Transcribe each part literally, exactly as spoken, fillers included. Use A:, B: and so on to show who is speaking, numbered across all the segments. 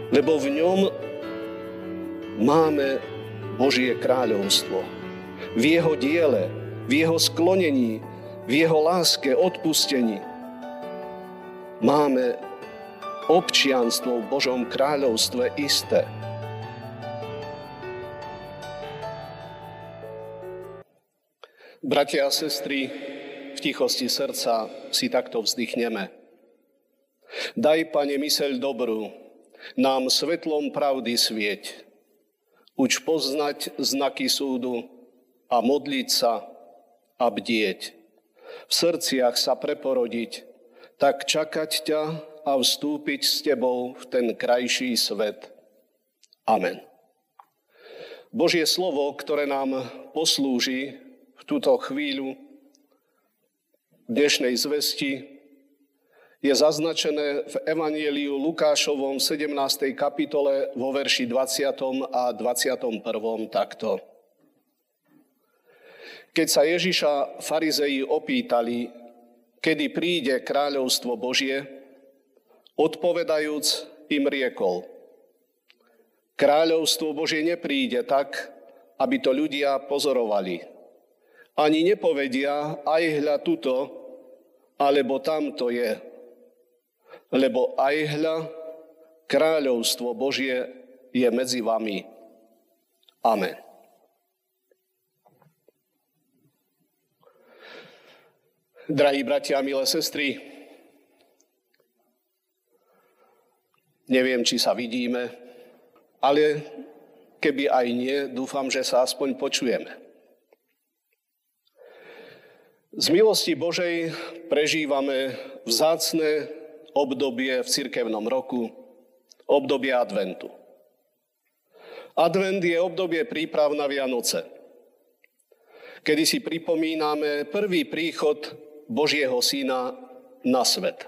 A: lebo v ňom máme Božie kráľovstvo. V jeho diele, v jeho sklonení, v jeho láske, odpustení máme občianstvo v Božom kráľovstve isté. Bratia a sestry, v tichosti srdca si takto vzdychneme. Daj, Pane, myseľ dobrú, nám svetlom pravdy svieť. Uč poznať znaky súdu a modliť sa a bdieť. V srdciach sa preporodiť, tak čakať ťa a vstúpiť s tebou v ten krajší svet. Amen. Božie slovo, ktoré nám poslúži v túto chvíľu dnešnej zvesti, je zaznačené v Evanjeliu Lukášovom v sedemnástej kapitole vo verši dvadsiatom a dvadsiatom prvom takto. Keď sa Ježiša farizei opýtali, kedy príde kráľovstvo Božie, odpovedajúc im riekol: Kráľovstvo Božie nepríde tak, aby to ľudia pozorovali. Ani nepovedia, aj hľa tuto, alebo tamto je. Lebo aj hľa, kráľovstvo Božie je medzi vami. Amen. Drahí bratia a milé sestry, neviem, či sa vidíme, ale keby aj nie, dúfam, že sa aspoň počujeme. Z milosti Božej prežívame vzácne obdobie v cirkevnom roku, obdobie adventu. Advent je obdobie príprav na Vianoce, kedy si pripomíname prvý príchod Božieho Syna na svet.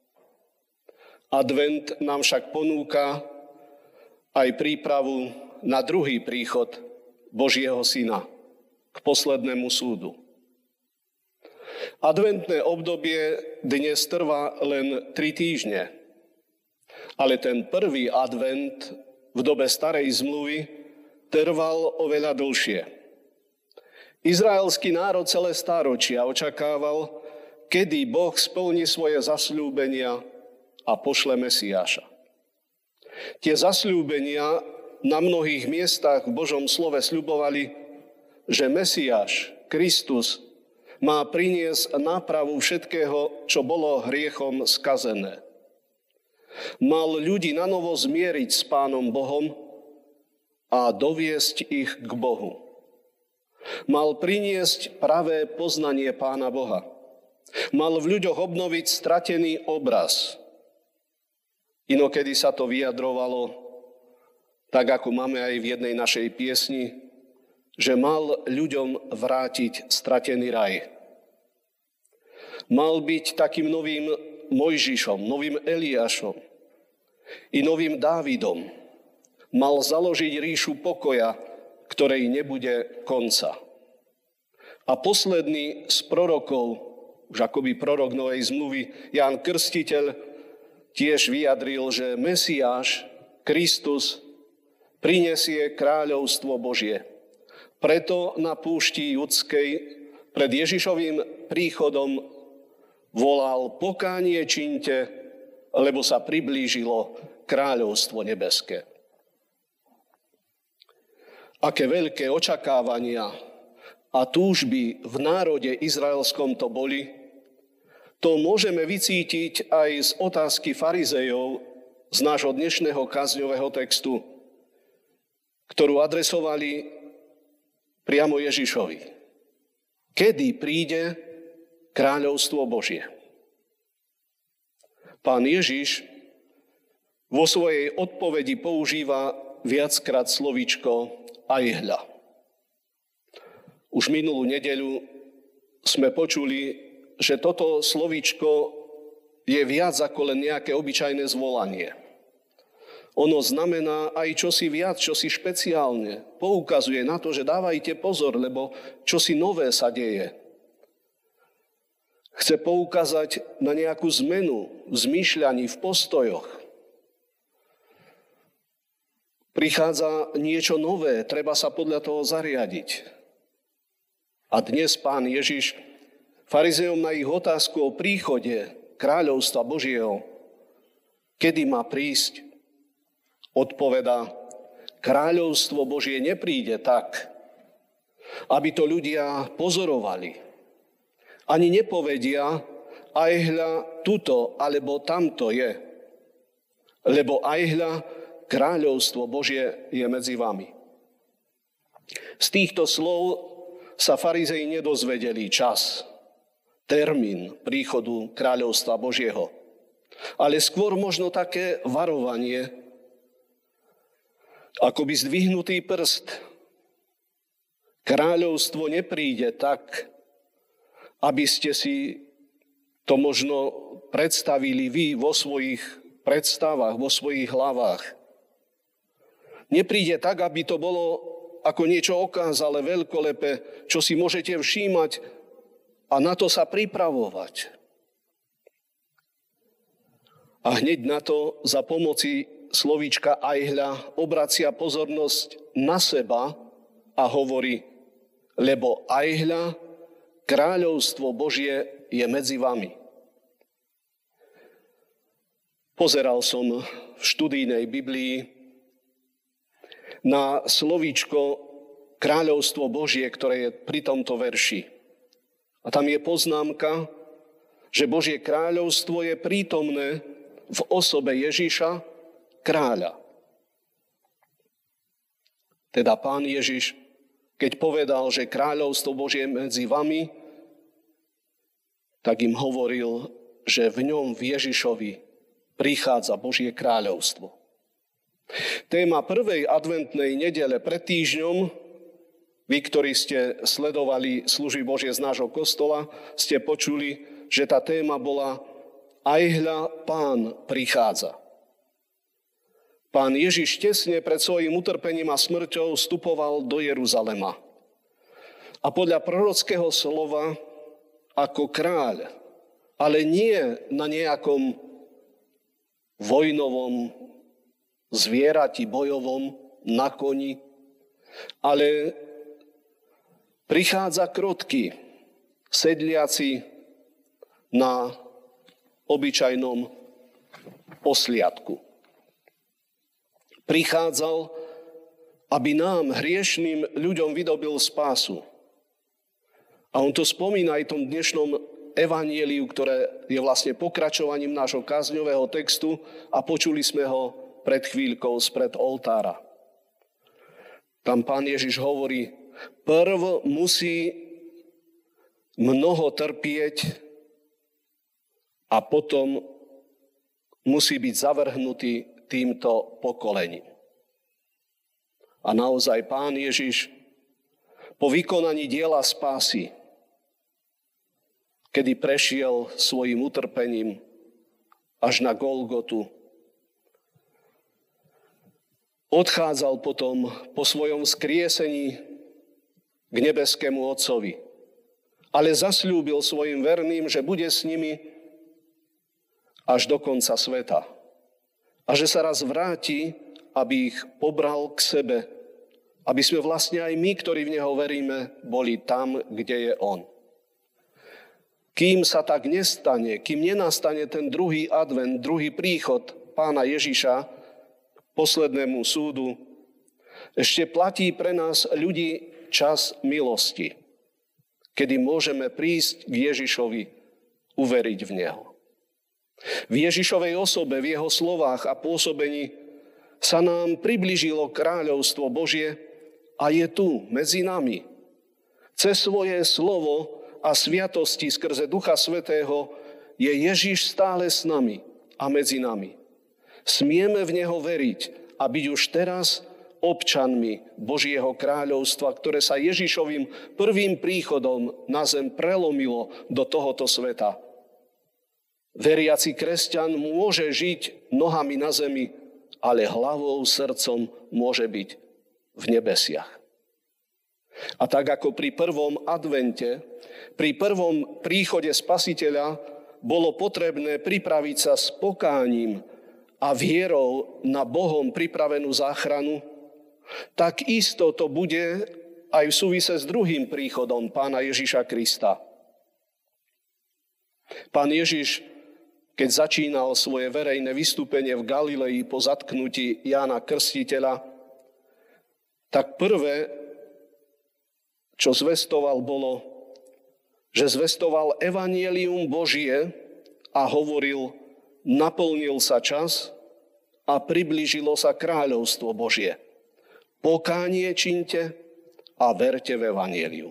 A: Advent nám však ponúka aj prípravu na druhý príchod Božieho Syna k poslednému súdu. Adventné obdobie dnes trvá len tri týždne, ale ten prvý advent v dobe starej zmluvy trval oveľa dlhšie. Izraelský národ celé stáročia očakával, kedy Boh splní svoje zasľúbenia a pošle Mesiáša. Tie zasľúbenia na mnohých miestach v Božom slove sľubovali, že Mesiáš, Kristus, má priniesť nápravu všetkého, čo bolo hriechom skazené. Mal ľudí nanovo zmieriť s Pánom Bohom a doviesť ich k Bohu. Mal priniesť pravé poznanie Pána Boha. Mal v ľuďoch obnoviť stratený obraz. Inokedy sa to vyjadrovalo, tak ako máme aj v jednej našej piesni, že mal ľuďom vrátiť stratený raj. Mal byť takým novým Mojžišom, novým Eliášom i novým Dávidom. Mal založiť ríšu pokoja, ktorej nebude konca. A posledný z prorokov, už akoby prorok Novej zmluvy, Ján Krstiteľ, tiež vyjadril, že Mesiáš, Kristus, prinesie kráľovstvo Božie. Preto na púšti judskej pred Ježišovým príchodom volal: pokánie čiňte, lebo sa priblížilo kráľovstvo nebeské. Aké veľké očakávania a túžby v národe izraelskom to boli, to môžeme vycítiť aj z otázky farizejov z nášho dnešného kázňového textu, ktorú adresovali priamo Ježišovi. Kedy príde kráľovstvo Božie? Pán Ježiš vo svojej odpovedi používa viackrát slovíčko aj hľa. Už minulú nedeľu sme počuli, že toto slovíčko je viac ako len nejaké obyčajné zvolanie. Ono znamená aj čosi viac, čosi špeciálne. Poukazuje na to, že dávajte pozor, lebo čosi nové sa deje. Chce poukázať na nejakú zmenu v zmýšľaní, v postojoch. Prichádza niečo nové, treba sa podľa toho zariadiť. A dnes Pán Ježiš farizejom na ich otázku o príchode kráľovstva Božieho, kedy má prísť, odpovedá: kráľovstvo Božie nepríde tak, aby to ľudia pozorovali. Ani nepovedia: aj hľa, tuto alebo tamto je. Lebo aj hľa, kráľovstvo Božie je medzi vami. Z týchto slov sa farizei nedozvedeli čas, termín príchodu kráľovstva Božieho, ale skôr možno také varovanie, akoby zdvihnutý prst. Kráľovstvo nepríde tak, aby ste si to možno predstavili vy vo svojich predstavách, vo svojich hlavách. Nepríde tak, aby to bolo ako niečo okázale, veľkolepé, čo si môžete všímať a na to sa pripravovať. A hneď na to za pomoci slovíčka aj hľa obracia pozornosť na seba a hovorí: lebo aj hľa, kráľovstvo Božie je medzi vami. Pozeral som v študijnej Biblii na slovíčko kráľovstvo Božie, ktoré je pri tomto verši. A tam je poznámka, že Božie kráľovstvo je prítomné v osobe Ježiša, kráľa. Teda Pán Ježiš, keď povedal, že kráľovstvo Božie je medzi vami, tak im hovoril, že v ňom, v Ježišovi, prichádza Božie kráľovstvo. Téma prvej adventnej nedele pred týždňom, vy, ktorí ste sledovali služby Božie z nášho kostola, ste počuli, že tá téma bola aj hľa, Pán prichádza. Pán Ježiš tesne pred svojím utrpením a smrťou vstupoval do Jeruzalema. A podľa prorockého slova ako kráľ, ale nie na nejakom vojnovom zvierati bojovom na koni, ale prichádza krotký, sedliaci na obyčajnom osliadku. Prichádzal, aby nám, hriešným ľuďom, vydobil spásu. A on to spomína aj v tom dnešnom evanjeliu, ktoré je vlastne pokračovaním nášho kázňového textu a počuli sme ho pred chvíľkou spred oltára. Tam Pán Ježiš hovorí: prv musí mnoho trpieť a potom musí byť zavrhnutý týmto pokolením. A naozaj Pán Ježiš po vykonaní diela spásy, kedy prešiel svojim utrpením až na Golgotu, odchádzal potom po svojom vzkriesení k nebeskému Otcovi, ale zasľúbil svojim verným, že bude s nimi až do konca sveta. A že sa raz vráti, aby ich pobral k sebe, aby sme vlastne aj my, ktorí v Neho veríme, boli tam, kde je On. Kým sa tak nestane, kým nenastane ten druhý advent, druhý príchod Pána Ježiša poslednému súdu, ešte platí pre nás ľudí čas milosti, kedy môžeme prísť k Ježišovi, uveriť v Neho. V Ježišovej osobe, v Jeho slovách a pôsobení sa nám priblížilo kráľovstvo Božie a je tu medzi nami. Cez svoje slovo a sviatosti skrze Ducha Svätého je Ježiš stále s nami a medzi nami. Smieme v Neho veriť a byť už teraz občanmi Božieho kráľovstva, ktoré sa Ježišovým prvým príchodom na zem prelomilo do tohoto sveta. Veriaci kresťan môže žiť nohami na zemi, ale hlavou, srdcom môže byť v nebesiach. A tak ako pri prvom advente, pri prvom príchode Spasiteľa bolo potrebné pripraviť sa s pokáním a vierou na Bohom pripravenú záchranu, tak isto to bude aj v súvise s druhým príchodom Pána Ježiša Krista. Pán Ježiš, keď začínal svoje verejné vystúpenie v Galilei po zatknutí Jána Krstiteľa, tak prvé, čo zvestoval, bolo, že zvestoval evanjelium Božie a hovoril, naplnil sa čas a priblížilo sa kráľovstvo Božie. Pokánie činte a verte v evanjelium.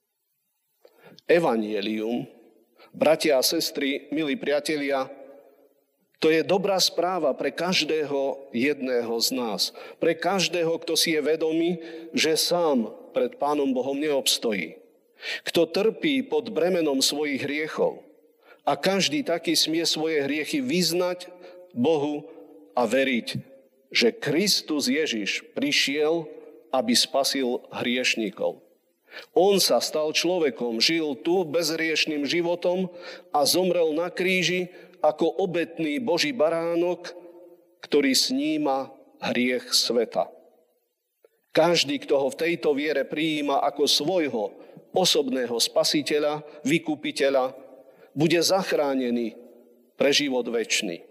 A: Evanjelium, bratia a sestry, milí priatelia, to je dobrá správa pre každého jedného z nás. Pre každého, kto si je vedomý, že sám pred Pánom Bohom neobstojí. Kto trpí pod bremenom svojich hriechov. A každý taký smie svoje hriechy vyznať Bohu a veriť, že Kristus Ježiš prišiel, aby spasil hriešnikov. On sa stal človekom, žil tu bezhriešným životom a zomrel na kríži ako obetný Boží baránok, ktorý sníma hriech sveta. Každý, kto ho v tejto viere prijíma ako svojho osobného spasiteľa, vykupiteľa, bude zachránený pre život večný.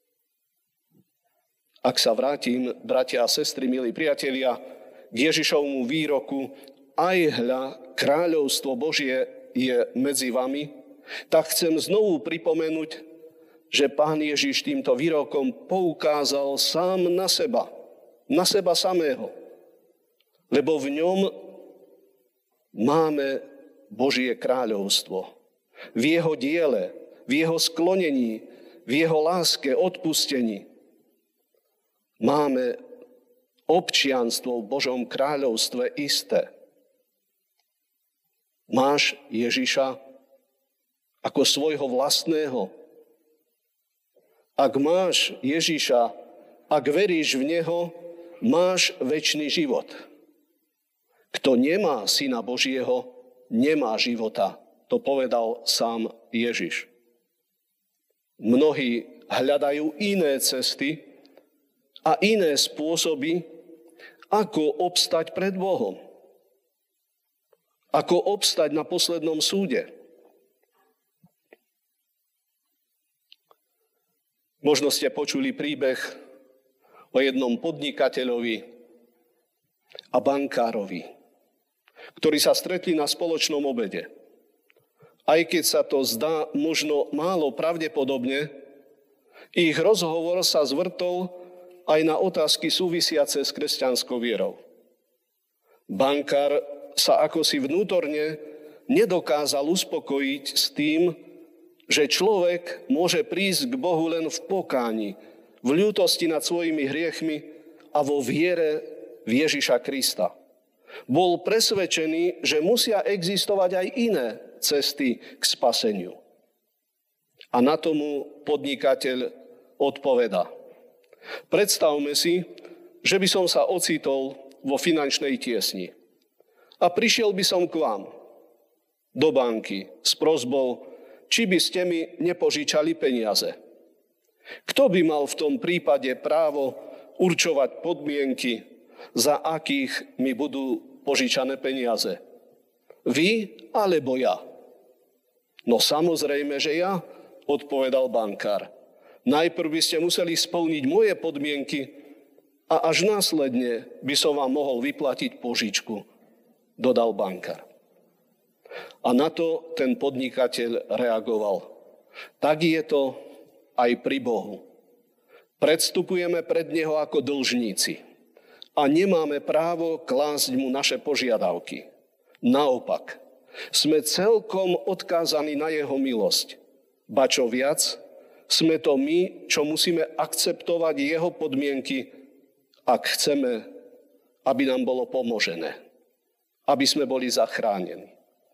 A: Ak sa vrátim, bratia a sestry, milí priatelia, k Ježišovmu výroku, aj hľa, kráľovstvo Božie je medzi vami, tak chcem znovu pripomenúť, že Pán Ježiš týmto výrokom poukázal sám na seba, na seba samého. Lebo v ňom máme Božie kráľovstvo. V jeho diele, v jeho sklonení, v jeho láske, odpustení. Máme občianstvo v Božom kráľovstve isté. Máš Ježiša ako svojho vlastného. Ak máš Ježiša, ak veríš v Neho, máš večný život. Kto nemá Syna Božieho, nemá života. To povedal sám Ježiš. Mnohí hľadajú iné cesty a iné spôsoby, ako obstať pred Bohom. Ako obstať na poslednom súde. Možno ste počuli príbeh o jednom podnikateľovi a bankárovi, ktorí sa stretli na spoločnom obede. Aj keď sa to zdá možno málo pravdepodobne, ich rozhovor sa zvrtol aj na otázky súvisiace s kresťanskou vierou. Bankár sa akosi vnútorne nedokázal uspokojiť s tým, že človek môže prísť k Bohu len v pokáni, v ľútosti nad svojimi hriechmi a vo viere v Ježiša Krista. Bol presvedčený, že musia existovať aj iné cesty k spaseniu. A na tomu podnikateľ odpovedá. Predstavme si, že by som sa ocitol vo finančnej tiesni a prišiel by som k vám do banky s prosbou, či by ste mi nepožičali peniaze. Kto by mal v tom prípade právo určovať podmienky, za akých mi budú požičané peniaze? Vy alebo ja? No samozrejme, že ja, odpovedal bankár. Najprv by ste museli splniť moje podmienky a až následne by som vám mohol vyplatiť požičku, dodal bankár. A na to ten podnikateľ reagoval. Tak je to aj pri Bohu. Predstupujeme pred Neho ako dlžníci a nemáme právo klásť mu naše požiadavky. Naopak, sme celkom odkázaní na jeho milosť. Ba čo viac, sme to my, čo musíme akceptovať jeho podmienky, ak chceme, aby nám bolo pomožené, aby sme boli zachránení.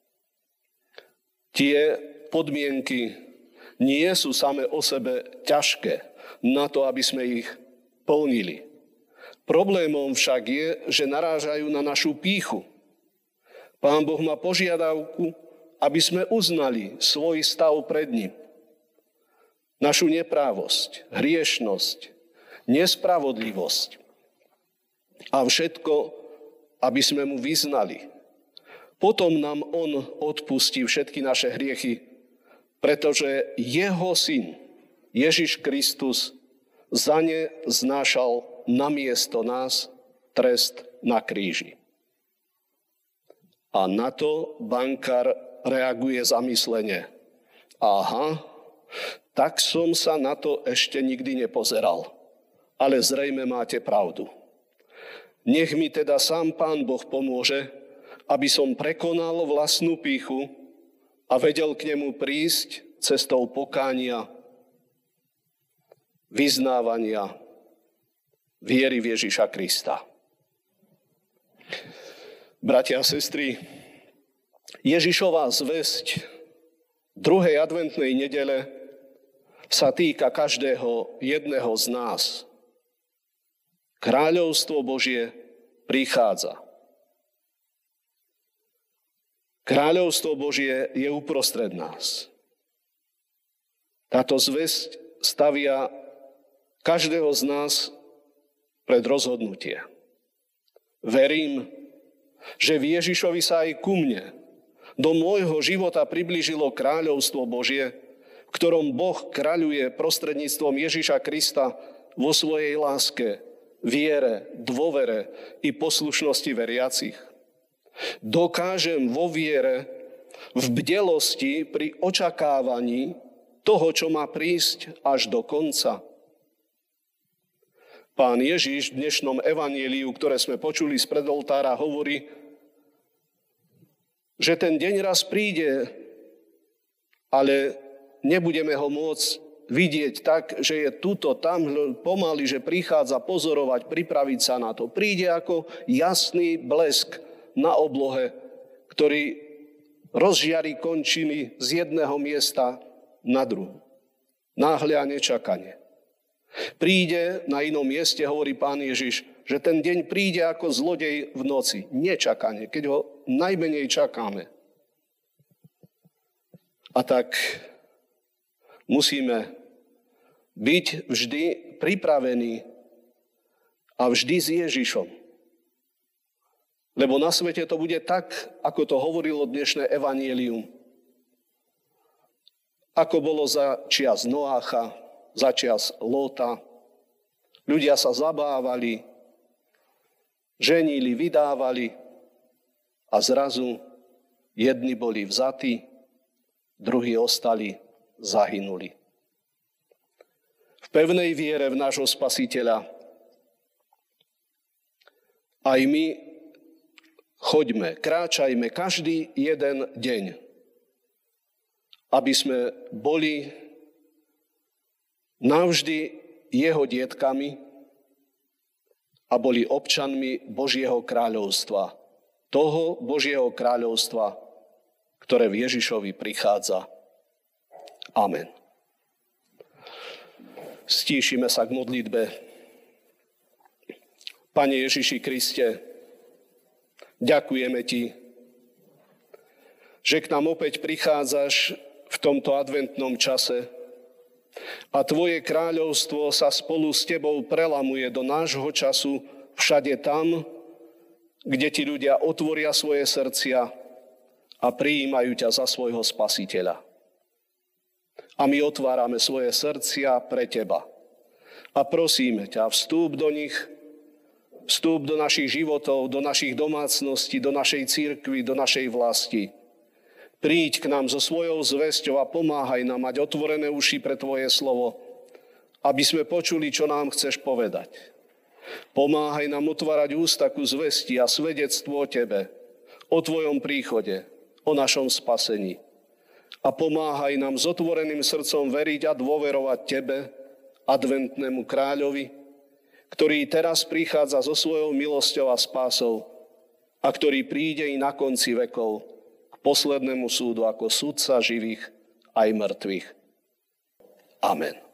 A: Tie podmienky nie sú same o sebe ťažké na to, aby sme ich plnili. Problémom však je, že narážajú na našu pýchu. Pán Boh má požiadavku, aby sme uznali svoj stav pred ním. Našu neprávosť, hriešnosť, nespravodlivosť. A všetko, aby sme mu vyznali. Potom nám on odpustí všetky naše hriechy, pretože jeho syn, Ježiš Kristus, za ne znášal namiesto nás trest na kríži. A na to bankár reaguje zamyslene. Aha, tak som sa na to ešte nikdy nepozeral. Ale zrejme máte pravdu. Nech mi teda sám Pán Boh pomôže, aby som prekonal vlastnú pýchu a vedel k nemu prísť cestou pokánia, vyznávania viery v Ježiša Krista. Bratia a sestry, Ježišova zvesť druhej adventnej nedele sa týka každého jedného z nás. Kráľovstvo Božie prichádza. Kráľovstvo Božie je uprostred nás. Táto zvesť stavia každého z nás pred rozhodnutie. Verím, že v Ježišovi sa aj ku mne do môjho života priblížilo kráľovstvo Božie, v ktorom Boh kráľuje prostredníctvom Ježiša Krista vo svojej láske, viere, dôvere i poslušnosti veriacich. Dokážem vo viere, v bdelosti pri očakávaní toho, čo má prísť až do konca. Pán Ježiš v dnešnom evanjeliu, ktoré sme počuli z pred oltára, hovorí, že ten deň raz príde, ale nebudeme ho môcť vidieť tak, že je tuto, tam pomaly, že prichádza pozorovať, pripraviť sa na to. Príde ako jasný blesk na oblohe, ktorý rozžiarí končiny z jedného miesta na druhu. Náhle a nečakane. Príde na inom mieste, hovorí Pán Ježiš, že ten deň príde ako zlodej v noci. Nečakane, keď ho najmenej čakáme. A tak musíme byť vždy pripravení a vždy s Ježišom. Lebo na svete to bude tak, ako to hovorilo dnešné evanjelium. Ako bolo za čias Noácha, za čias Lóta. Ľudia sa zabávali, ženili, vydávali a zrazu jedni boli vzatí, druhí ostali, zahynuli. V pevnej viere v nášho Spasiteľa aj my choďme, kráčajme každý jeden deň, aby sme boli navždy jeho dietkami a boli občanmi Božieho kráľovstva. Toho Božieho kráľovstva, ktoré v Ježišovi prichádza. Amen. Stíšime sa k modlitbe. Pane Ježiši Kriste, ďakujeme Ti, že k nám opäť prichádzaš v tomto adventnom čase a Tvoje kráľovstvo sa spolu s Tebou prelamuje do nášho času všade tam, kde Ti ľudia otvoria svoje srdcia a prijímajú ťa za svojho Spasiteľa. A my otvárame svoje srdcia pre Teba. A prosíme ťa, vstúp do nich, vstúp do našich životov, do našich domácností, do našej cirkvi, do našej vlasti. Príď k nám so svojou zvesťou a pomáhaj nám mať otvorené uši pre Tvoje slovo, aby sme počuli, čo nám chceš povedať. Pomáhaj nám otvárať ústa ku zvesti a svedectvu o Tebe, o Tvojom príchode, o našom spasení. A pomáhaj nám s otvoreným srdcom veriť a dôverovať Tebe, adventnému kráľovi, ktorý teraz prichádza so svojou milosťou a spásou a ktorý príde i na konci vekov k poslednému súdu ako sudca živých aj mŕtvych. Amen.